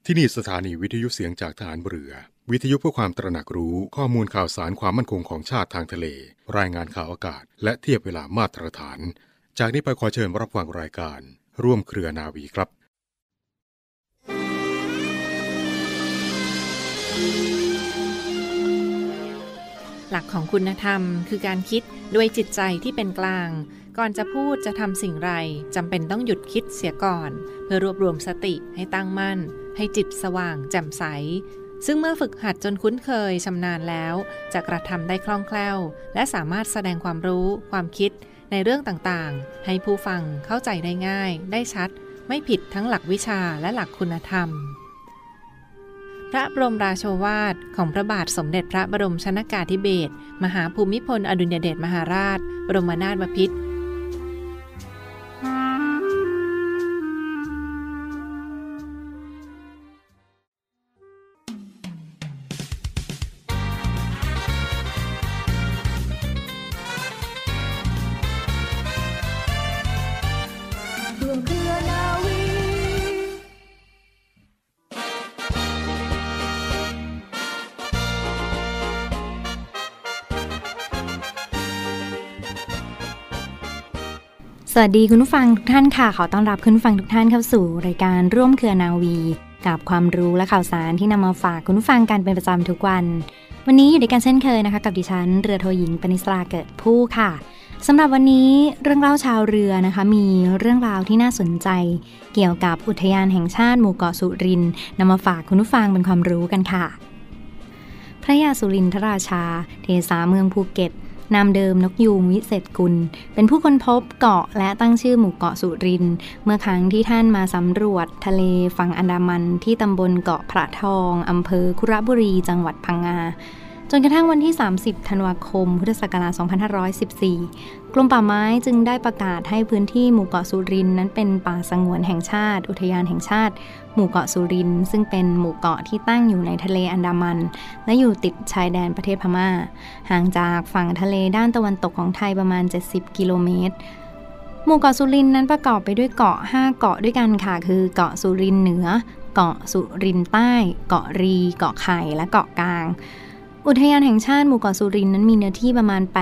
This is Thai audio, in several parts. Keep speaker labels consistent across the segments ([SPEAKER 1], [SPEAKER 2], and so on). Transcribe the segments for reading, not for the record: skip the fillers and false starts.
[SPEAKER 1] ที่นี่สถานีวิทยุเสียงจากทหารเรือวิทยุเพื่อความตระหนักรู้ข้อมูลข่าวสารความมั่นคงของชาติทางทะเลรายงานข่าวอากาศและเทียบเวลามาตรฐานจากนี้ไปขอเชิญรับฟังรายการร่วมเครือนาวีครับ
[SPEAKER 2] หลักของคุณธรรมคือการคิดด้วยจิตใจที่เป็นกลางก่อนจะพูดจะทำสิ่งไรจำเป็นต้องหยุดคิดเสียก่อนเพื่อรวบรวมสติให้ตั้งมั่นให้จิตสว่างแจ่มใสซึ่งเมื่อฝึกหัดจนคุ้นเคยชำนาญแล้วจะกระทำได้คล่องแคล่วและสามารถแสดงความรู้ความคิดในเรื่องต่างๆให้ผู้ฟังเข้าใจได้ง่ายได้ชัดไม่ผิดทั้งหลักวิชาและหลักคุณธรรมพระบรมราโชวาทของพระบาทสมเด็จพระบรมชนกาธิเบศรมหาภูมิพลอดุลยเดชมหาราชบรมนาถบพิตร
[SPEAKER 3] สวัสดีคุณผู้ฟังทุกท่านค่ะขอต้อนรับคุณผู้ฟังทุกท่านเข้าสู่รายการร่วมเครือนาวีกับความรู้และข่าวสารที่นำมาฝากคุณผู้ฟังกันเป็นประจำทุกวันนี้อยู่ด้วยกันเช่นเคยนะคะกับดิฉันเรือโทหญิงปณิสราเกิดผู้ค่ะสำหรับวันนี้เรื่องเล่าชาวเรือนะคะมีเรื่องราวที่น่าสนใจเกี่ยวกับอุทยานแห่งชาติหมู่เกาะสุรินทร์นำมาฝากคุณผู้ฟังเป็นความรู้กันค่ะพระยาสุรินทราชาเทสาเมืองภูเก็ตนามเดิมนกยูงวิเศษกุลเป็นผู้ค้นพบเกาะและตั้งชื่อหมู่เกาะสุรินทร์เมื่อครั้งที่ท่านมาสำรวจทะเลฝั่งอันดามันที่ตำบลเกาะพระทองอำเภอคุระบุรีจังหวัดพังงาจนกระทั่งวันที่30ธันวาคมพุทธศักราช2514กรมป่าไม้จึงได้ประกาศให้พื้นที่หมู่เกาะสุรินทร์นั้นเป็นป่าสงวนแห่งชาติอุทยานแห่งชาติหมู่เกาะสุรินทร์ซึ่งเป็นหมู่เกาะที่ตั้งอยู่ในทะเลอันดามันและอยู่ติดชายแดนประเทศพม่าห่างจากฝั่งทะเลด้านตะวันตกของไทยประมาณ70กิโลเมตรหมู่เกาะสุรินทร์นั้นประกอบไปด้วยเกาะ5เกาะด้วยกันค่ะคือเกาะสุรินทร์เหนือเกาะสุรินทร์ใต้เกาะรีเกาะไข่และเกาะกลางอุทยานแห่งชาติหมู่เกาะสุรินทร์นั้นมีเนื้อที่ประมาณ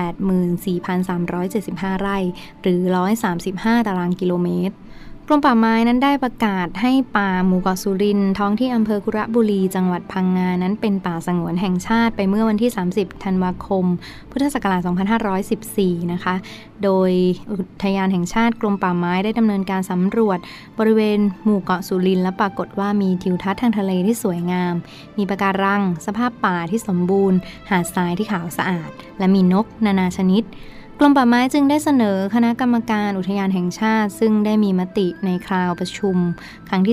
[SPEAKER 3] 84,375 ไร่หรือ135ตารางกิโลเมตรกรมป่าไม้นั้นได้ประกาศให้ป่าหมู่เกาะสุรินทร์ท้องที่อำเภอคุระบุรีจังหวัดพังงานั้นเป็นป่าสงวนแห่งชาติไปเมื่อวันที่30ธันวาคมพุทธศักราช2514นะคะโดยอุทยานแห่งชาติกรมป่าไม้ได้ดำเนินการสำรวจบริเวณหมู่เกาะสุรินทร์และปรากฏว่ามีทิวทัศน์ทางทะเลที่สวยงามมีปะการังสภาพป่าที่สมบูรณ์หาดทรายที่ขาวสะอาดและมีนกนานาชนิดกรมป่าไม้จึงได้เสนอคณะกรรมการอุทยานแห่งชาติซึ่งได้มีมติในคราวประชุมครั้งที่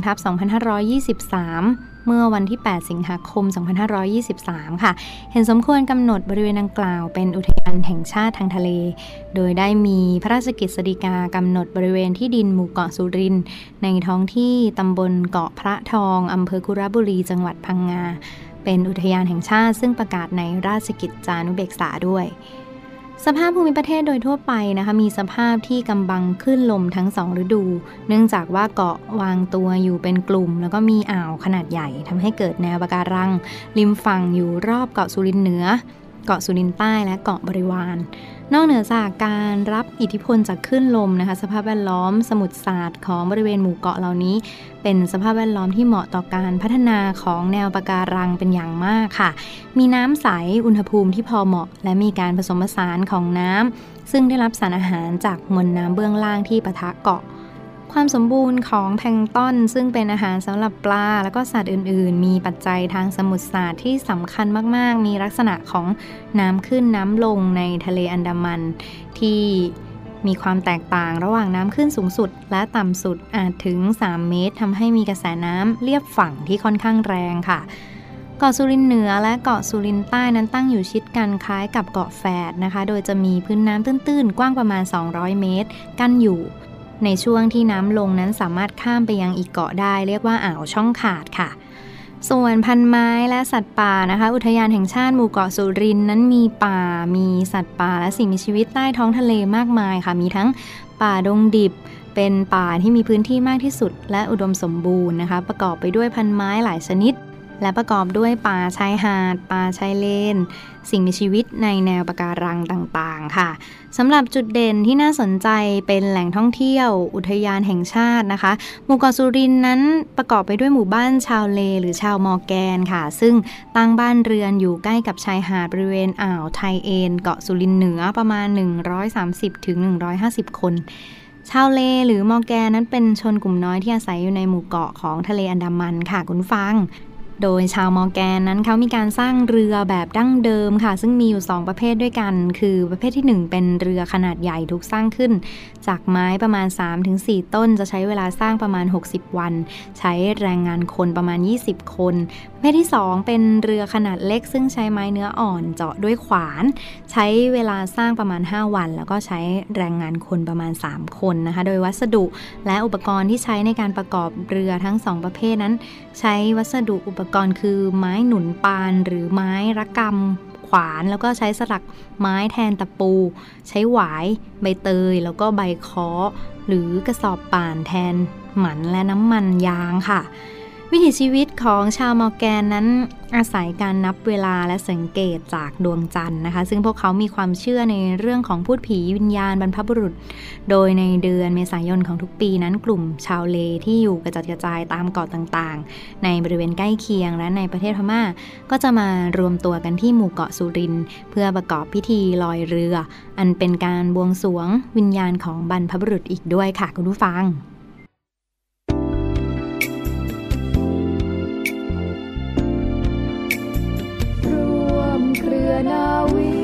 [SPEAKER 3] 2/2523เมื่อวันที่8สิงหาคม2523ค่ะเห็นสมควรกำหนดบริเวณดังกล่าวเป็นอุทยานแห่งชาติทางทะเลโดยได้มีพระราชกฤษฎีกากำหนดบริเวณที่ดินหมู่เกาะสุรินทร์ในท้องที่ตำบลเกาะพระทองอำเภอคุระบุรีจังหวัดพังงาเป็นอุทยานแห่งชาติซึ่งประกาศในราชกิจจานุเบกษาด้วยสภาพภูมิประเทศโดยทั่วไปนะคะมีสภาพที่กำบังคลื่นลมทั้ง2ฤดูเนื่องจากว่าเกาะวางตัวอยู่เป็นกลุ่มแล้วก็มีอ่าวขนาดใหญ่ทำให้เกิดแนวปะการังริมฝั่งอยู่รอบเกาะสุรินทร์เหนือเกาะสุรินทร์ใต้และเกาะบริวารนอกเหนือจากการรับอิทธิพลจากคลื่นลมนะคะสภาพแวดล้อมสมุทรศาสตร์ของบริเวณหมู่เกาะเหล่านี้เป็นสภาพแวดล้อมที่เหมาะต่อการพัฒนาของแนวปะการังเป็นอย่างมากค่ะมีน้ำใสอุณหภูมิที่พอเหมาะและมีการผสมผสานของน้ำซึ่งได้รับสารอาหารจากมวลน้ำเบื้องล่างที่ปะทะเกาะความสมบูรณ์ของแพลงก์ตอนซึ่งเป็นอาหารสำหรับปลาและก็สัตว์อื่นๆมีปัจจัยทางสมุทรศาสตร์ที่สำคัญมากๆมีลักษณะของน้ำขึ้นน้ำลงในทะเลอันดามันที่มีความแตกต่างระหว่างน้ำขึ้นสูงสุดและต่ำสุดอาจถึง3เมตรทำให้มีกระแสน้ำเลียบฝั่งที่ค่อนข้างแรงค่ะเกาะสุรินทร์เหนือและเกาะสุรินทร์ใต้นั้นตั้งอยู่ชิดกันคล้ายกับเกาะแฝดนะคะโดยจะมีพื้นน้ำตื้นๆกว้างประมาณ200เมตรกั้นอยู่ในช่วงที่น้ำลงนั้นสามารถข้ามไปยังอีกเกาะได้เรียกว่าอ่าวช่องขาดค่ะส่วนพันธุ์ไม้และสัตว์ป่านะคะอุทยานแห่งชาติหมู่เกาะสุรินทร์นั้นมีป่ามีสัตว์ป่าและสิ่งมีชีวิตใต้ท้องทะเลมากมายค่ะมีทั้งป่าดงดิบเป็นป่าที่มีพื้นที่มากที่สุดและอุดมสมบูรณ์นะคะประกอบไปด้วยพันไม้หลายชนิดและประกอบด้วยป่าชายหาดป่าชายเลนสิ่งมีชีวิตในแนวปะการังต่างๆค่ะสำหรับจุดเด่นที่น่าสนใจเป็นแหล่งท่องเที่ยวอุทยานแห่งชาตินะคะหมู่เกาะสุรินทร์นั้นประกอบไปด้วยหมู่บ้านชาวเลหรือชาวมอร์แกนค่ะซึ่งตั้งบ้านเรือนอยู่ใกล้กับชายหาดบริเวณอ่าวไทเอนเกาะสุรินทร์เหนือประมาณ130-150 คนชาวเลหรือมอร์แกนนั้นเป็นชนกลุ่มน้อยที่อาศัยอยู่ในหมู่เกาะของทะเลอันดามันค่ะคุณฟังโดยชาวมอร์แกนนั้นเขามีการสร้างเรือแบบดั้งเดิมค่ะซึ่งมีอยู่2ประเภทด้วยกันคือประเภทที่1เป็นเรือขนาดใหญ่ถูกสร้างขึ้นจากไม้ประมาณ 3-4 ต้นจะใช้เวลาสร้างประมาณ60วันใช้แรงงานคนประมาณ20คนประเภทที่2เป็นเรือขนาดเล็กซึ่งใช้ไม้เนื้ออ่อนเจาะด้วยขวานใช้เวลาสร้างประมาณ5วันแล้วก็ใช้แรงงานคนประมาณ3คนนะคะโดยวัสดุและอุปกรณ์ที่ใช้ในการประกอบเรือทั้ง2ประเภทนั้นใช้วัสดุอุปกรณ์คือไม้หนุนปานหรือไม้ระกำขวานแล้วก็ใช้สลักไม้แทนตะปูใช้หวายใบเตยแล้วก็ใบค้อหรือกระสอบป่านแทนหมันและน้ำมันยางค่ะวิถีชีวิตของชาวมอร์แกนนั้นอาศัยการนับเวลาและสังเกตจากดวงจันทร์นะคะซึ่งพวกเขามีความเชื่อในเรื่องของพูดผีวิญญาณบรรพบุรุษโดยในเดือนเมษายนของทุกปีนั้นกลุ่มชาวเลที่อยู่กระจัดกระจายตามเกาะต่างๆในบริเวณใกล้เคียงและในประเทศพม่าก็จะมารวมตัวกันที่หมู่เกาะสุรินทร์เพื่อประกอบพิธีลอยเรืออันเป็นการบวงสรวงวิญญาณของบรรพบุรุษอีกด้วยค่ะคุณผู้ฟัง
[SPEAKER 2] เครือนาวี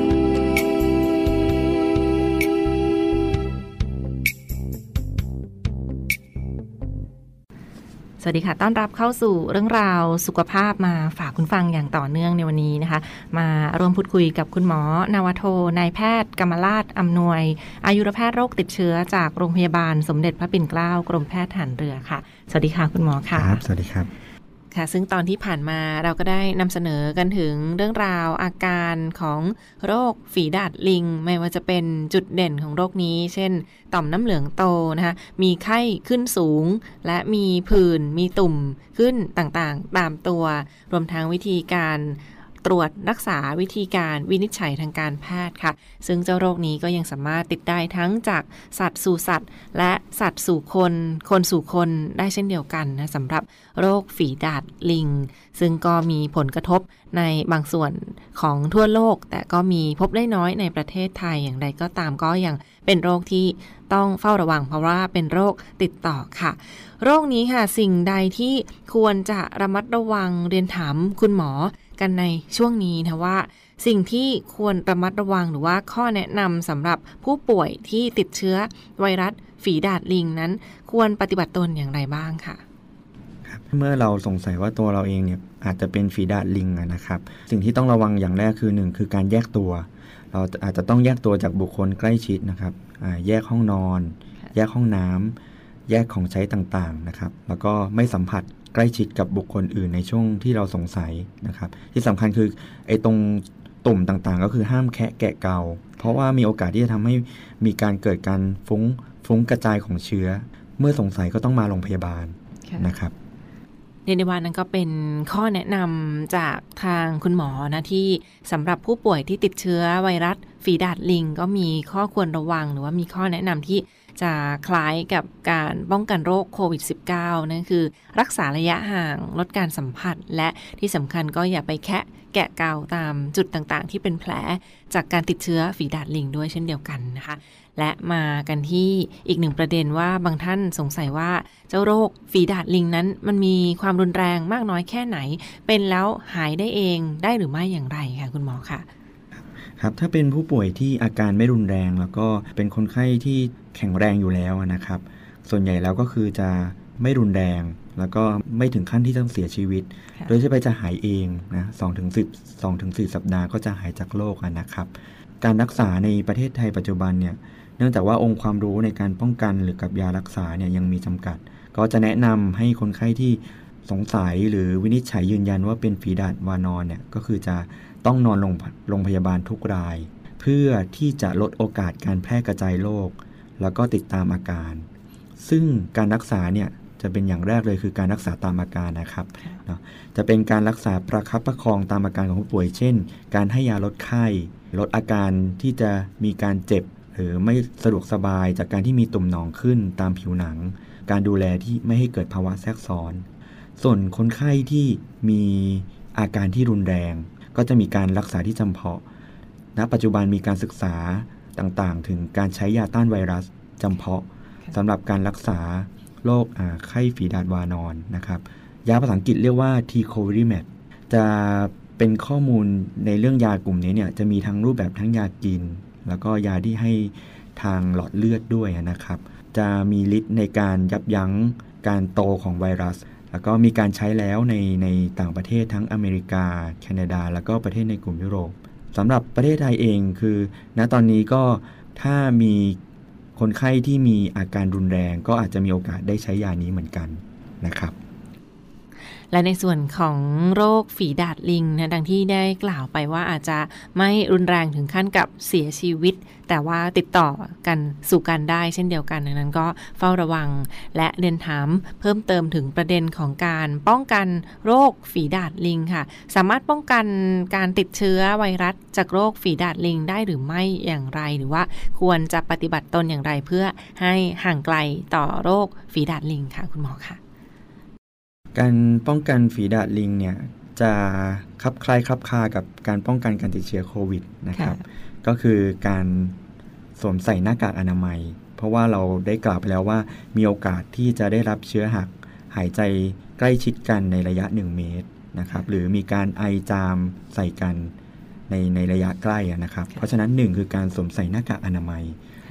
[SPEAKER 2] สวัสดีค่ะต้อนรับเข้าสู่เรื่องราวสุขภาพมาฝากคุณฟังอย่างต่อเนื่องในวันนี้นะคะมาร่วมพูดคุยกับคุณหมอนาวโทนายแพทย์กำมราชอำนวยอายุรแพทย์โรคติดเชื้อจากโรงพยาบาลสมเด็จพระปิ่นเกล้ากรมแพทย์ทหารเรือค่ะสวัสดีค่ะคุณหมอค่ะ
[SPEAKER 4] ครับสวัสดีครับ
[SPEAKER 2] ค่ะซึ่งตอนที่ผ่านมาเราก็ได้นำเสนอกันถึงเรื่องราวอาการของโรคฝีดาษลิงไม่ว่าจะเป็นจุดเด่นของโรคนี้เช่นต่อมน้ำเหลืองโตนะคะมีไข้ขึ้นสูงและมีผื่นมีตุ่มขึ้นต่างๆตามตัวรวมทั้งวิธีการตรวจรักษาวิธีการวินิจฉัยทางการแพทย์ค่ะซึ่งเจ้าโรคนี้ก็ยังสามารถติดได้ทั้งจากสัตว์สู่สัตว์และสัตว์สู่คนคนสู่คนได้เช่นเดียวกันนะสำหรับโรคฝีดาษลิงซึ่งก็มีผลกระทบในบางส่วนของทั่วโลกแต่ก็มีพบได้น้อยในประเทศไทยอย่างไรก็ตามก็ยังเป็นโรคที่ต้องเฝ้าระวังเพราะว่าเป็นโรคติดต่อค่ะโรคนี้ค่ะสิ่งใดที่ควรจะระมัดระวังเรียนถามคุณหมอกันในช่วงนี้นะว่าสิ่งที่ควรระมัดระวังหรือว่าข้อแนะนำสำหรับผู้ป่วยที่ติดเชื้อไวรัสฝีดาษลิงนั้นควรปฏิบัติตนอย่างไรบ้างค่ะ
[SPEAKER 4] ครับเมื่อเราสงสัยว่าตัวเราเองเนี่ยอาจจะเป็นฝีดาษลิงนะครับสิ่งที่ต้องระวังอย่างแรกคือ1คือการแยกตัวเราอาจจะต้องแยกตัวจากบุคคลใกล้ชิดนะครับแยกห้องนอนแยกห้องน้ำแยกของใช้ต่างๆนะครับแล้วก็ไม่สัมผัสใกล้ชิดกับบุคคลอื่นในช่วงที่เราสงสัยนะครับที่สำคัญคือไอ้ตรงตุ่มต่างๆก็คือห้ามแคะแกะเกาเพราะว่ามีโอกาสที่จะทำให้มีการเกิดการฟุ้งกระจายของเชื้อเมื่อสงสัยก็ต้องมาโรงพยาบาลนะครับ
[SPEAKER 2] เรียนได้ว่านั้นก็เป็นข้อแนะนำจากทางคุณหมอนะที่สำหรับผู้ป่วยที่ติดเชื้อไวรัสฝีดาษลิงก็มีข้อควรระวังหรือว่ามีข้อแนะนำที่จะคล้ายกับการป้องกันโรคโควิด -19 นั่นคือรักษาระยะห่างลดการสัมผัสและที่สำคัญก็อย่าไปแกะเกาตามจุดต่างๆที่เป็นแผลจากการติดเชื้อฝีดาษลิงด้วยเช่นเดียวกันนะคะและมากันที่อีกหนึ่งประเด็นว่าบางท่านสงสัยว่าเจ้าโรคฝีดาษลิงนั้นมันมีความรุนแรงมากน้อยแค่ไหนเป็นแล้วหายได้เองได้หรือไม่อย่างไรค่ะคุณหมอค่ะ
[SPEAKER 4] ครับถ้าเป็นผู้ป่วยที่อาการไม่รุนแรงแล้วก็เป็นคนไข้ที่แข็งแรงอยู่แล้วนะครับส่วนใหญ่แล้วก็คือจะไม่รุนแรงแล้วก็ไม่ถึงขั้นที่ต้องเสียชีวิตโดยที่ไปจะหายเองนะ2-4 สัปดาห์ก็จะหายจากโรคนะครับการรักษาในประเทศไทยปัจจุบันเนี่ยเนื่องจากว่าองค์ความรู้ในการป้องกันหรือกับยารักษาเนี่ยยังมีจำกัดก็จะแนะนำให้คนไข้ที่สงสัยหรือวินิจฉัยยืนยันว่าเป็นฝีดาษวานอนเนี่ยก็คือจะต้องนอนโรงพยาบาลทุกรายเพื่อที่จะลดโอกาสการแพร่กระจายโรคแล้วก็ติดตามอาการซึ่งการรักษาเนี่ยจะเป็นอย่างแรกเลยคือการรักษาตามอาการนะครับเนาะจะเป็นการรักษาประคับประคองตามอาการของผู้ป่วยเช่นการให้ยาลดไข้ลดอาการที่จะมีการเจ็บหรือไม่สะดวกสบายจากการที่มีตุ่มหนองขึ้นตามผิวหนังการดูแลที่ไม่ให้เกิดภาวะแทรกซ้อนส่วนคนไข้ที่มีอาการที่รุนแรงก็จะมีการรักษาที่จำเพาะณปัจจุบันมีการศึกษาต่างๆถึงการใช้ยาต้านไวรัสจำเพาะสำหรับการรักษาโรคไข้ฝีดาษวานอนนะครับยาภาษาอังกฤษเรียกว่า Tecovirimat จะเป็นข้อมูลในเรื่องยากลุ่มนี้เนี่ยจะมีทั้งรูปแบบทั้งยากินแล้วก็ยาที่ให้ทางหลอดเลือดด้วยนะครับจะมีฤทธิ์ในการยับยั้งการโตของไวรัสแล้วก็มีการใช้แล้วในต่างประเทศทั้งอเมริกาแคนาดาแล้วก็ประเทศในกลุ่มยุโรปสำหรับประเทศไทยเองคือณตอนนี้ก็ถ้ามีคนไข้ที่มีอาการรุนแรงก็อาจจะมีโอกาสได้ใช้ยานี้เหมือนกันนะครับ
[SPEAKER 2] และในส่วนของโรคฝีดาษลิงนะดังที่ได้กล่าวไปว่าอาจจะไม่รุนแรงถึงขั้นกับเสียชีวิตแต่ว่าติดต่อกันสู่กันได้เช่นเดียวกันดังนั้นก็เฝ้าระวังและเรียนถามเพิ่มเติมถึงประเด็นของการป้องกันโรคฝีดาษลิงค่ะสามารถป้องกันการติดเชื้อไวรัสจากโรคฝีดาษลิงได้หรือไม่อย่างไรหรือว่าควรจะปฏิบัติตนอย่างไรเพื่อให้ห่างไกลต่อโรคฝีดาษลิงค่ะคุณหมอค่ะ
[SPEAKER 4] การป้องกันฝีดาษลิงเนี่ยจะคลับคล้ายคลับคากับการป้องกันการติดเชื้อโควิดนะครับก็คือการสวมใส่หน้ากากอนามัยเพราะว่าเราได้กล่าวไปแล้วว่ามีโอกาสที่จะได้รับเชื้อหากหายใจใกล้ชิดกันในระยะ1เมตรนะครับหรือมีการไอจามใส่กันในระยะใกล้นะครับเพราะฉะนั้น1คือการสวมใส่หน้ากากอนามัย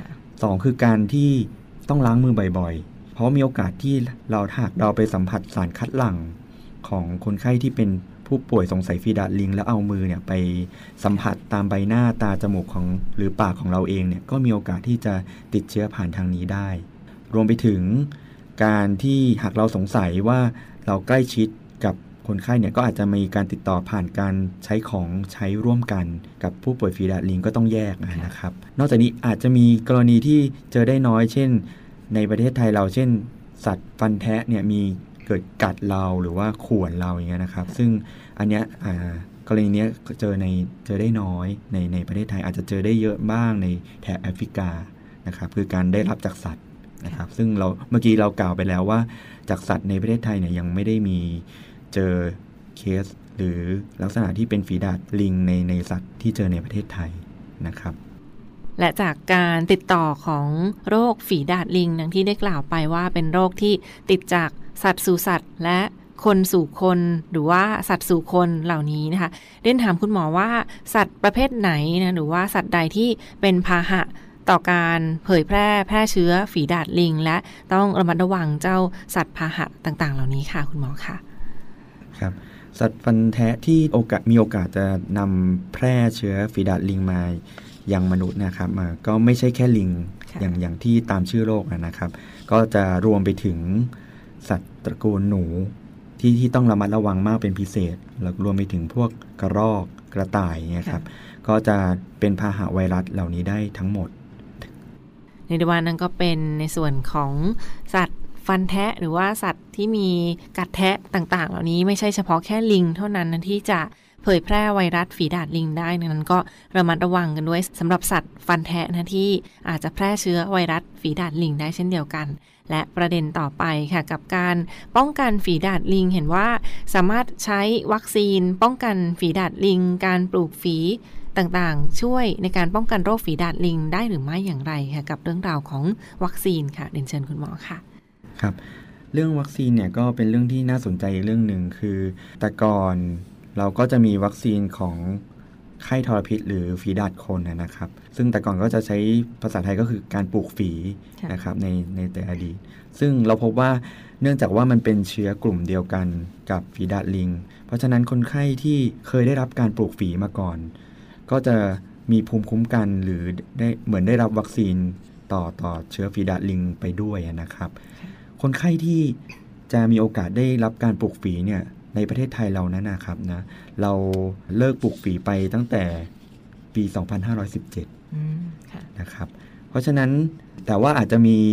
[SPEAKER 4] 2คือการที่ต้องล้างมือบ่อยๆเพราะมีโอกาสที่หากเราไปสัมผัสสารคัดหลั่งของคนไข้ที่เป็นผู้ป่วยสงสัยฝีดาษลิงแล้วเอามือเนี่ยไปสัมผัสตามใบหน้าตาจมูกของหรือปากของเราเองเนี่ยก็มีโอกาสที่จะติดเชื้อผ่านทางนี้ได้รวมไปถึงการที่หากเราสงสัยว่าเราใกล้ชิดกับคนไข้เนี่ยก็อาจจะมีการติดต่อผ่านการใช้ของใช้ร่วมกันกับผู้ป่วยฝีดาษลิงก็ต้องแยกนะครับนอกจากนี้อาจจะมีกรณีที่เจอได้น้อยเช่นในประเทศไทยเราเช่นสัตว์ฟันแทะเนี่ยมีเกิดกัดเราหรือว่าข่วนเราอย่างเงี้ยนะครับซึ่งอันเนี้ยกรณีนี้เจอได้น้อยในประเทศไทยอาจจะเจอได้เยอะบ้างในแถบแอฟริกานะครับคือการได้รับจากสัตว์นะครับซึ่งเราเมื่อกี้เรากล่าวไปแล้วว่าจากสัตว์ในประเทศไทยเนี่ยยังไม่ได้มีเจอเคสหรือลักษณะที่เป็นฝีดาษลิงในสัตว์ที่เจอในประเทศไทยนะครับ
[SPEAKER 2] และจากการติดต่อของโรคฝีดาษลิงดังที่ได้กล่าวไปว่าเป็นโรคที่ติดจากสัตว์สู่สัตว์และคนสู่คนหรือว่าสัตว์สู่คนเหล่านี้นะคะเรียนถามคุณหมอว่าสัตว์ประเภทไหนนะหรือว่าสัตว์ใดที่เป็นพาหะต่อการเผยแพร่เชื้อฝีดาษลิงและต้องระมัดระวังเจ้าสัตว์พาหะต่างๆเหล่านี้ค่ะคุณหมอค่ะ
[SPEAKER 4] ครับสัตว์ฟันแทะที่มีโอกาสจะนำแพร่เชื้อฝีดาษลิงมายังมนุษย์นะครับก็ไม่ใช่แค่ลิงอย่างที่ตามชื่อโรคนะครับก็จะรวมไปถึงสัตว์ตระกูลหนูที่ต้องระมัดระวังมากเป็นพิเศษแล้วรวมไปถึงพวกกระรอกกระต่ายเนี่ยครับก็จะเป็นพาหะไวรัสเหล่านี้ได้ทั้งหมด
[SPEAKER 2] ในเดือนนั้นก็เป็นในส่วนของสัตว์ฟันแทะหรือว่าสัตว์ที่มีกัดแทะต่างๆเหล่านี้ไม่ใช่เฉพาะแค่ลิงเท่านั้นที่จะเผยแพร่ไวรัสฝีดาษลิงได้นั้นก็ระมัดระวังกันด้วยสำหรับสัตว์ฟันแทะที่อาจจะแพร่เชื้อไวรัสฝีดาษลิงได้เช่นเดียวกันและประเด็นต่อไปค่ะกับการป้องกันฝีดาษลิงเห็นว่าสามารถใช้วัคซีนป้องกันฝีดาษลิงการปลูกฝีต่างๆช่วยในการป้องกันโรคฝีดาษลิงได้หรือไม่อย่างไรค่ะกับเรื่องราวของวัคซีนค่ะเรียนเชิญคุณหมอค่ะ
[SPEAKER 4] ครับเรื่องวัคซีนเนี่ยก็เป็นเรื่องที่น่าสนใจอีกเรื่องหนึ่งคือแต่ก่อนเราก็จะมีวัคซีนของไข้ทรพิษหรือฝีดาษคนนะครับซึ่งแต่ก่อนก็จะใช้ภาษาไทยก็คือการปลูกฝีนะครับในแต่อดีตซึ่งเราพบว่าเนื่องจากว่ามันเป็นเชื้อกลุ่มเดียวกันกับฝีดาษลิงเพราะฉะนั้นคนไข้ที่เคยได้รับการปลูกฝีมาก่อนก็จะมีภูมิคุ้มกันหรือได้รับวัคซีนต่อเชื้อฝีดาษลิงไปด้วยนะครับคนไข้ที่จะมีโอกาสได้รับการปลูกฝีเนี่ยในประเทศไทยเรานั้นนะครับนะเราเลิกปลูกฝีไปตั้งแต่ปี 2517 นะครับเพราะฉะนั้นแต่ว่าอาจจะมี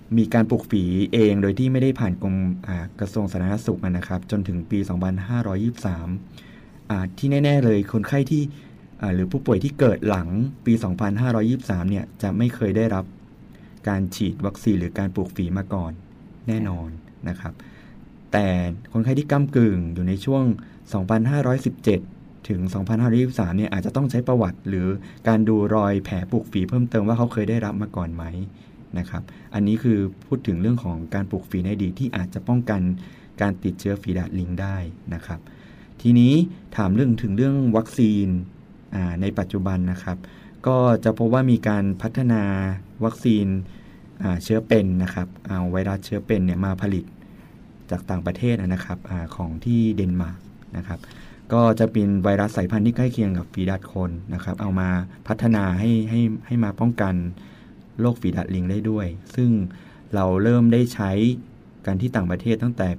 [SPEAKER 4] มีการปลูกฝีเองโดยที่ไม่ได้ผ่านกระทรวงสาธารณสุขนะครับจนถึงปี 2523 ที่แน่ๆเลยคนไข้ที่หรือผู้ป่วยที่เกิดหลังปี 2523 เนี่ยจะไม่เคยได้รับการฉีดวัคซีนหรือการปลูกฝีมาก่อนแน่นอนนะครับแต่คนไข้ที่ก้ำกึ่งอยู่ในช่วง 2517 ถึง 2523 เนี่ยอาจจะต้องใช้ประวัติหรือการดูรอยแผลปลูกฝีเพิ่มเติมว่าเขาเคยได้รับมาก่อนไหมนะครับอันนี้คือพูดถึงเรื่องของการปลูกฝีในอดีตที่อาจจะป้องกันการติดเชื้อฝีดาษลิงได้นะครับทีนี้ถามถึงเรื่องวัคซีนในปัจจุบันนะครับก็จะพบว่ามีการพัฒนาวัคซีนเชื้อเป็นนะครับเอาไวรัสเชื้อเป็นเนี่ยมาผลิตจากต่างประเทศนะครับของที่เดนมาร์กนะครับก็จะเป็นไวรัสสายพันธุ์ที่ใกล้เคียงกับฝีดาษคนนะครับเอามาพัฒนาให้มาป้องกันโรคฝีดาษลิงได้ด้วยซึ่งเราเริ่มได้ใช้กันที่ต่างประเทศตั้งแต่ปี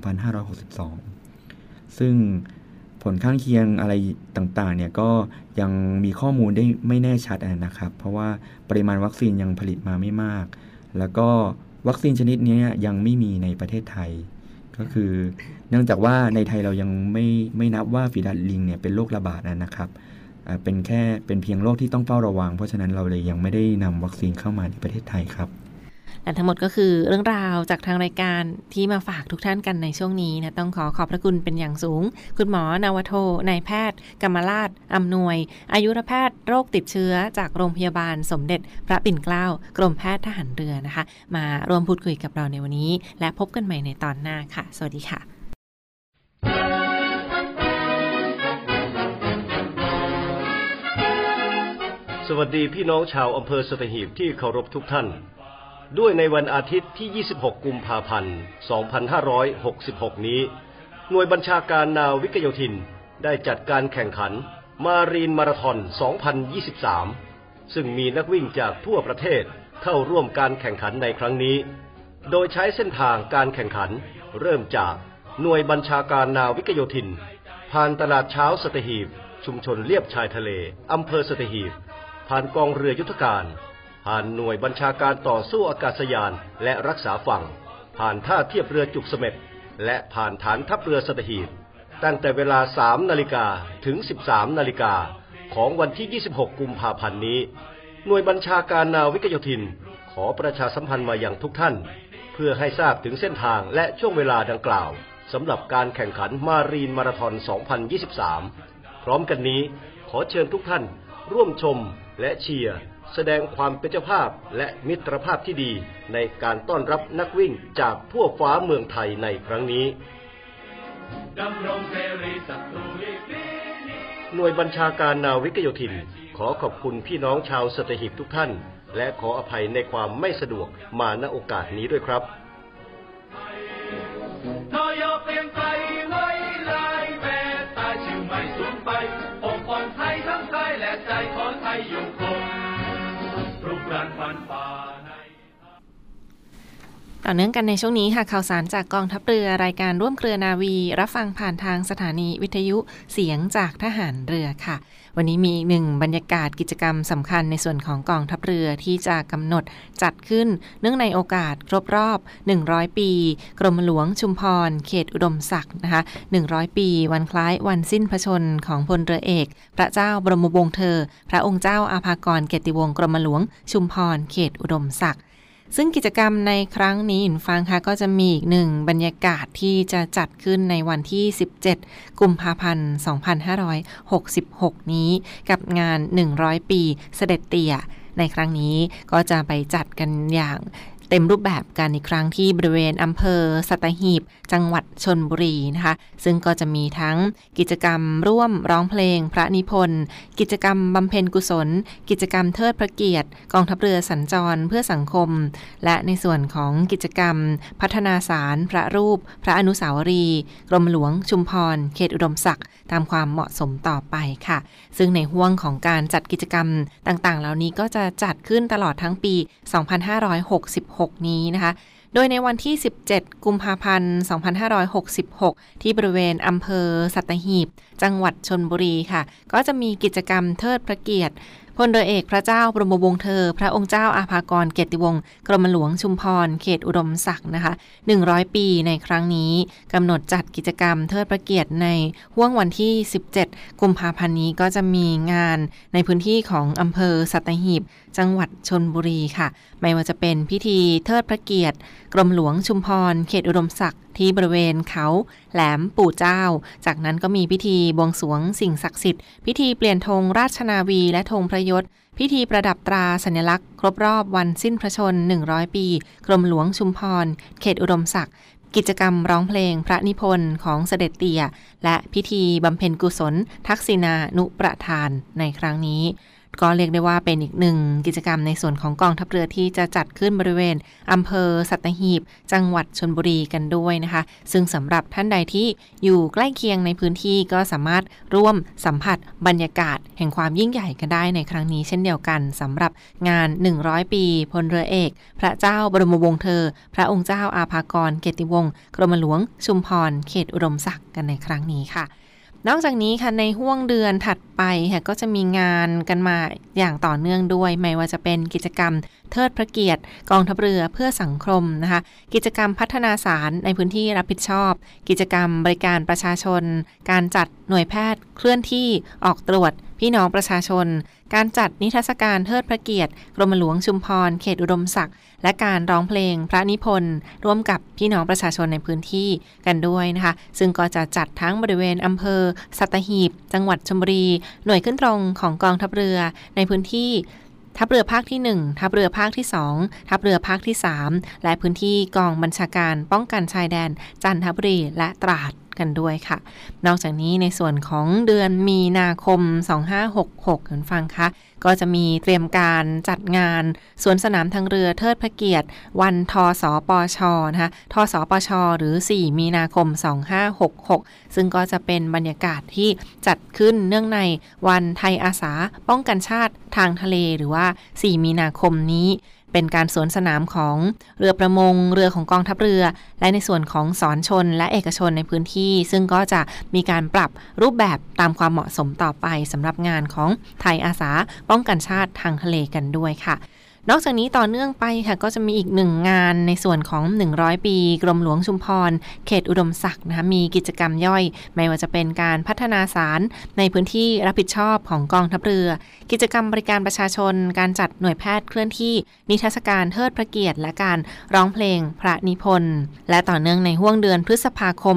[SPEAKER 4] 2562 ซึ่งผลข้างเคียงอะไรต่างๆเนี่ยก็ยังมีข้อมูลได้ไม่แน่ชัดนะครับเพราะว่าปริมาณวัคซีนยังผลิตมาไม่มากแล้วก็วัคซีนชนิดนี้ยังไม่มีในประเทศไทยก็คือเนื่องจากว่าในไทยเรายังไม่นับว่าฝีดาษลิงเนี่ยเป็นโรคระบาดนะครับเป็นเพียงโรคที่ต้องเฝ้าระวังเพราะฉะนั้นเราเลยยังไม่ได้นำวัคซีนเข้ามาในประเทศไทยครับ
[SPEAKER 2] และทั้งหมดก็คือเรื่องราวจากทางรายการที่มาฝากทุกท่านกันในช่วงนี้นะต้องขอบพระคุณเป็นอย่างสูงคุณหมอนาวโทนายแพทย์กำมราชอำนวยอายุรแพทย์โรคติดเชื้อจากโรงพยาบาลสมเด็จพระปิ่นเกล้ากรมแพทย์ทหารเรือนะคะมาร่วมพูดคุยกับเราในวันนี้และพบกันใหม่ในตอนหน้าค่ะสวัสดีค่ะ
[SPEAKER 5] สวัสดีพี่น้องชาวอำเภอสัตหีบที่เคารพทุกท่านด้วยในวันอาทิตย์ที่ 26 กุมภาพันธ์ 2566 นี้หน่วยบัญชาการนาวิกโยธินได้จัดการแข่งขันมารีนมาราธอน 2023 ซึ่งมีนักวิ่งจากทั่วประเทศเข้าร่วมการแข่งขันในครั้งนี้โดยใช้เส้นทางการแข่งขันเริ่มจากหน่วยบัญชาการนาวิกโยธินผ่านตลาดเช้าสัตหีบชุมชนเลียบชายทะเลอำเภอสัตหีบผ่านกองเรือยุทธการผ่านหน่วยบัญชาการต่อสู้อากาศยานและรักษาฝั่งผ่านท่าเทียบเรือจุกเสม็ดและผ่านฐานทัพเรือสัตหีบตั้งแต่เวลา 3 นาฬิกาถึง 13 นาฬิกาของวันที่ 26 กุมภาพันธ์นี้หน่วยบัญชาการนาวิกโยธินขอประชาสัมพันธ์มายังทุกท่านเพื่อให้ทราบถึงเส้นทางและช่วงเวลาดังกล่าวสำหรับการแข่งขันมารีนมาราธอน 2023 พร้อมกันนี้ขอเชิญทุกท่านร่วมชมและเชียร์แสดงความเป็นเจ้าภาพและมิตรภาพที่ดีในการต้อนรับนักวิ่งจากทั่วฟ้าเมืองไทยในครั้งนี้หน่วยบัญชาการนาวิกโยธินขอขอบคุณพี่น้องชาวสัตหีบทุกท่านและขออภัยในความไม่สะดวกมาณโอกาสนี้ด้วยครับ
[SPEAKER 2] ต่อเนื่องกันในช่วงนี้ค่ะข่าวสารจากกองทัพเรือรายการร่วมเครือนาวีรับฟังผ่านทางสถานีวิทยุเสียงจากทหารเรือค่ะวันนี้มีอีกหนึ่งบรรยากาศกิจกรรมสำคัญในส่วนของกองทัพเรือที่จะกำหนดจัดขึ้นเนื่องในโอกาสครบรอบ100 ปีกรมหลวงชุมพรเขตอุดมศักดิ์นะคะ100 ปีวันคล้ายวันสิ้นพระชนม์ของพลเรือเอกพระเจ้าบรมวงศ์เธอพระองค์เจ้าอาภากรเกียรติวงศ์กรมหลวงชุมพรเขตอุดมศักดิ์ซึ่งกิจกรรมในครั้งนี้อินฟังค่ะก็จะมีอีกหนึ่งบรรยากาศที่จะจัดขึ้นในวันที่ 17 กุมภาพันธ์ 2566 นี้กับงาน 100 ปีเสด็จเตี่ยในครั้งนี้ก็จะไปจัดกันอย่างเต็มรูปแบบกันอีกครั้งที่บริเวณอำเภอสัตหีบจังหวัดชลบุรีนะคะซึ่งก็จะมีทั้งกิจกรรมร่วมร้องเพลงพระนิพนธ์กิจกรรมบำเพ็ญกุศลกิจกรรมเทิดพระเกียรติกองทัพเรือสัญจรเพื่อสังคมและในส่วนของกิจกรรมพัฒนาศาลพระรูปพระอนุสาวรีย์กรมหลวงชุมพรเขตอุดมศักดิ์ตามความเหมาะสมต่อไปค่ะซึ่งในห้วงของการจัดกิจกรรมต่างๆเหล่านี้ก็จะจัดขึ้นตลอดทั้งปี 2566 นี้นะคะโดยในวันที่ 17 กุมภาพันธ์ 2566 ที่บริเวณอำเภอสัตหีบจังหวัดชลบุรีค่ะก็จะมีกิจกรรมเทิดพระเกียรติพลเรือเอกพระเจ้าบรมวงศ์เธอพระองค์เจ้าอาภากรเกียรติวงศ์กรมหลวงชุมพรเขตอุดมศักดิ์นะคะ100 ปีในครั้งนี้กำหนดจัดกิจกรรมเทิดพระเกียรติในห้วงวันที่17กุมภาพันธ์นี้ก็จะมีงานในพื้นที่ของอำเภอสัตหีบจังหวัดชลบุรีค่ะไม่ว่าจะเป็นพิธีเทิดพระเกียรติกรมหลวงชุมพรเขตอุดมศักดิ์ที่บริเวณเขาแหลมปู่เจ้าจากนั้นก็มีพิธีบวงสรวงสิ่งศักดิ์สิทธิ์พิธีเปลี่ยนธงราชนาวีและธงพระยศพิธีประดับตราสัญลักษณ์ครบรอบวันสิ้นพระชนม์100 ปีกรมหลวงชุมพรเขตอุดมศักดิ์กิจกรรมร้องเพลงพระนิพนธ์ของเสด็จเตี่ยและพิธีบำเพ็ญกุศลทักษิณานุประทานในครั้งนี้ก็เรียกได้ว่าเป็นอีกหนึ่งกิจกรรมในส่วนของกองทัพเรือที่จะจัดขึ้นบริเวณอำเภอสัตหีบจังหวัดชลบุรีกันด้วยนะคะซึ่งสำหรับท่านใดที่อยู่ใกล้เคียงในพื้นที่ก็สามารถร่วมสัมผัสบรรยากาศแห่งความยิ่งใหญ่กันได้ในครั้งนี้เช่นเดียวกันสำหรับงาน100 ปีพลเรือเอกพระเจ้าบรมวงศ์เธอพระองค์เจ้าอาภากรเกียรติวงศ์กรมหลวงชุมพรเขตอุดมศักดิ์กันในครั้งนี้ค่ะนอกจากนี้ค่ะในห้วงเดือนถัดไปค่ะก็จะมีงานกันมาอย่างต่อเนื่องด้วยไม่ว่าจะเป็นกิจกรรมเทิดพระเกียรติกองทัพเรือเพื่อสังคมนะคะกิจกรรมพัฒนาศาลในพื้นที่รับผิดชอบกิจกรรมบริการประชาชนการจัดหน่วยแพทย์เคลื่อนที่ออกตรวจพี่น้องประชาชนการจัดนิทรรศการเทิดพระเกียรติกรมหลวงชุมพรเขตอุดมศักดิ์และการร้องเพลงพระนิพนธ์ร่วมกับพี่น้องประชาชนในพื้นที่กันด้วยนะคะซึ่งก็จะจัดทั้งบริเวณอำเภอสัตหีบจังหวัดชลบุรีหน่วยขึ้นตรงของกองทัพเรือในพื้นที่ทัพเรือภาคที่1ทัพเรือภาคที่2ทัพเรือภาคที่3และพื้นที่กองบัญชาการป้องกันชายแดนจันทบุรีและตราดกันด้วยค่ะนอกจากนี้ในส่วนของเดือนมีนาคม2566คุณฟังคะก็จะมีเตรียมการจัดงานสวนสนามทางเรือเทิดพระเกียรติวันทสปชนะคะทสปชหรือ4มีนาคม2566ซึ่งก็จะเป็นบรรยากาศที่จัดขึ้นเนื่องในวันไทยอาสาป้องกันชาติทางทะเลหรือว่า4มีนาคมนี้เป็นการสวนสนามของเรือประมงเรือของกองทัพเรือและในส่วนของสอนชนและเอกชนในพื้นที่ซึ่งก็จะมีการปรับรูปแบบตามความเหมาะสมต่อไปสำหรับงานของไทยอาสาป้องกันชาติทางทะเลกันด้วยค่ะนอกจากนี้ต่อเนื่องไปค่ะก็จะมีอีก1งานในส่วนของ100 ปีกรมหลวงชุมพรเขตอุดมศักดิ์นะคะมีกิจกรรมย่อยไม่ว่าจะเป็นการพัฒนาศาลในพื้นที่รับผิดชอบของกองทัพเรือกิจกรรมบริการประชาชนการจัดหน่วยแพทย์เคลื่อนที่นิทรรศการเทิดพระเกียรติและการร้องเพลงพระนิพนธ์และต่อเนื่องในห้วงเดือนพฤษภาคม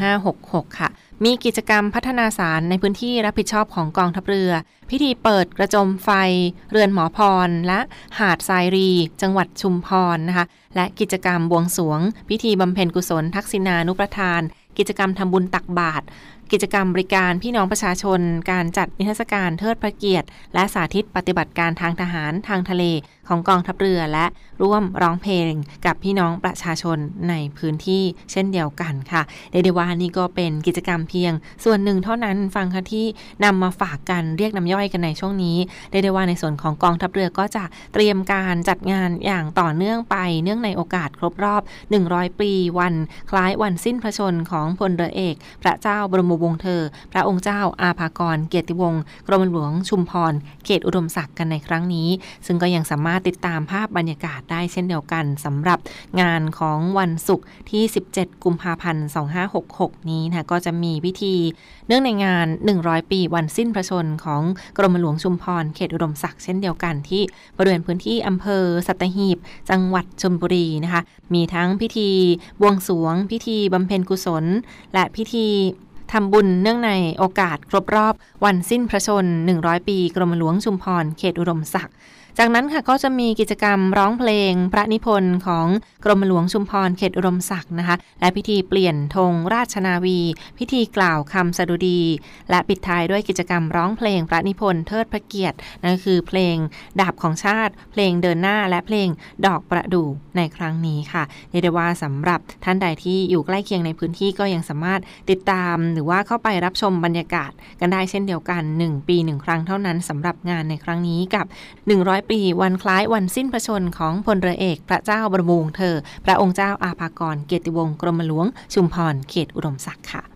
[SPEAKER 2] 2566ค่ะมีกิจกรรมพัฒนาศาลในพื้นที่รับผิดชอบของกองทัพเรือพิธีเปิดกระจมไฟเรือนหมอพรและหาดทรายรีจังหวัดชุมพรนะคะและกิจกรรมบวงสรวงพิธีบำเพ็ญกุศลทักษิณานุประทานกิจกรรมทำบุญตักบาตรกิจกรรมบริการพี่น้องประชาชนการจัดนิทรรศการเทิดพระเกียรติและสาธิตปฏิบัติการทางทหารทางทะเลของกองทัพเรือและร่วมร้องเพลงกับพี่น้องประชาชนในพื้นที่เช่นเดียวกันค่ะเรียกได้ว่านี่ก็เป็นกิจกรรมเพียงส่วนหนึ่งเท่านั้นฟังค่ะที่นำมาฝากกันเรียกน้ำย่อยกันในช่วงนี้เรียกได้ว่าในส่วนของกองทัพเรือก็จะเตรียมการจัดงานอย่างต่อเนื่องไปเนื่องในโอกาสครบรอบ100 ปีวันคล้ายวันสิ้นพระชนม์ของพลเรือเอกพระเจ้าบรมวงศ์เธอพระองค์เจ้าอาภากรเกียรติวงศ์กรมหลวงชุมพรเขตอุดมศักดิ์กันในครั้งนี้ซึ่งก็ยังสามารถติดตามภาพบรรยากาศได้เช่นเดียวกันสำหรับงานของวันศุกร์ที่17กุมภาพันธ์2566นี้นะก็จะมีพิธีเนื่องในงาน100 ปีวันสิ้นพระชนม์ของกรมหลวงชุมพรเขตอุดมศักดิ์เช่นเดียวกันที่บริเวณพื้นที่อำเภอสัตหีบจังหวัดชลบุรีนะคะมีทั้งพิธีบวงสรวงพิธีบำเพ็ญกุศลและพิธีทำบุญเนื่องในโอกาสครบรอบวันสิ้นพระชนม์100 ปีกรมหลวงชุมพรเขตอุดมศักดิ์จากนั้นค่ะก็จะมีกิจกรรมร้องเพลงพระนิพนธ์ของกรมหลวงชุมพรเขตอุดมศักดิ์นะคะและพิธีเปลี่ยนธงราชนาวีพิธีกล่าวคำสดุดีและปิดท้ายด้วยกิจกรรมร้องเพลงพระนิพนธ์เทิดพระเกียรตินั่นคือเพลงดาบของชาติเพลงเดินหน้าและเพลงดอกประดู่ในครั้งนี้ค่ะเรียกได้ว่าสำหรับท่านใดที่อยู่ใกล้เคียงในพื้นที่ก็ยังสามารถติดตามหรือว่าเข้าไปรับชมบรรยากาศกันได้เช่นเดียวกัน1 ปี 1 ครั้งเท่านั้นสำหรับงานในครั้งนี้กับ100 ปีวันคล้ายวันสิ้นพระชนม์ของพลเรือเอกพระเจ้าบรมวงศ์เธอพระองค์เจ้าอาภากรเกียรติวงศ์กรมหลวงชุมพรเขตอุดมศักดิ์ค่ะ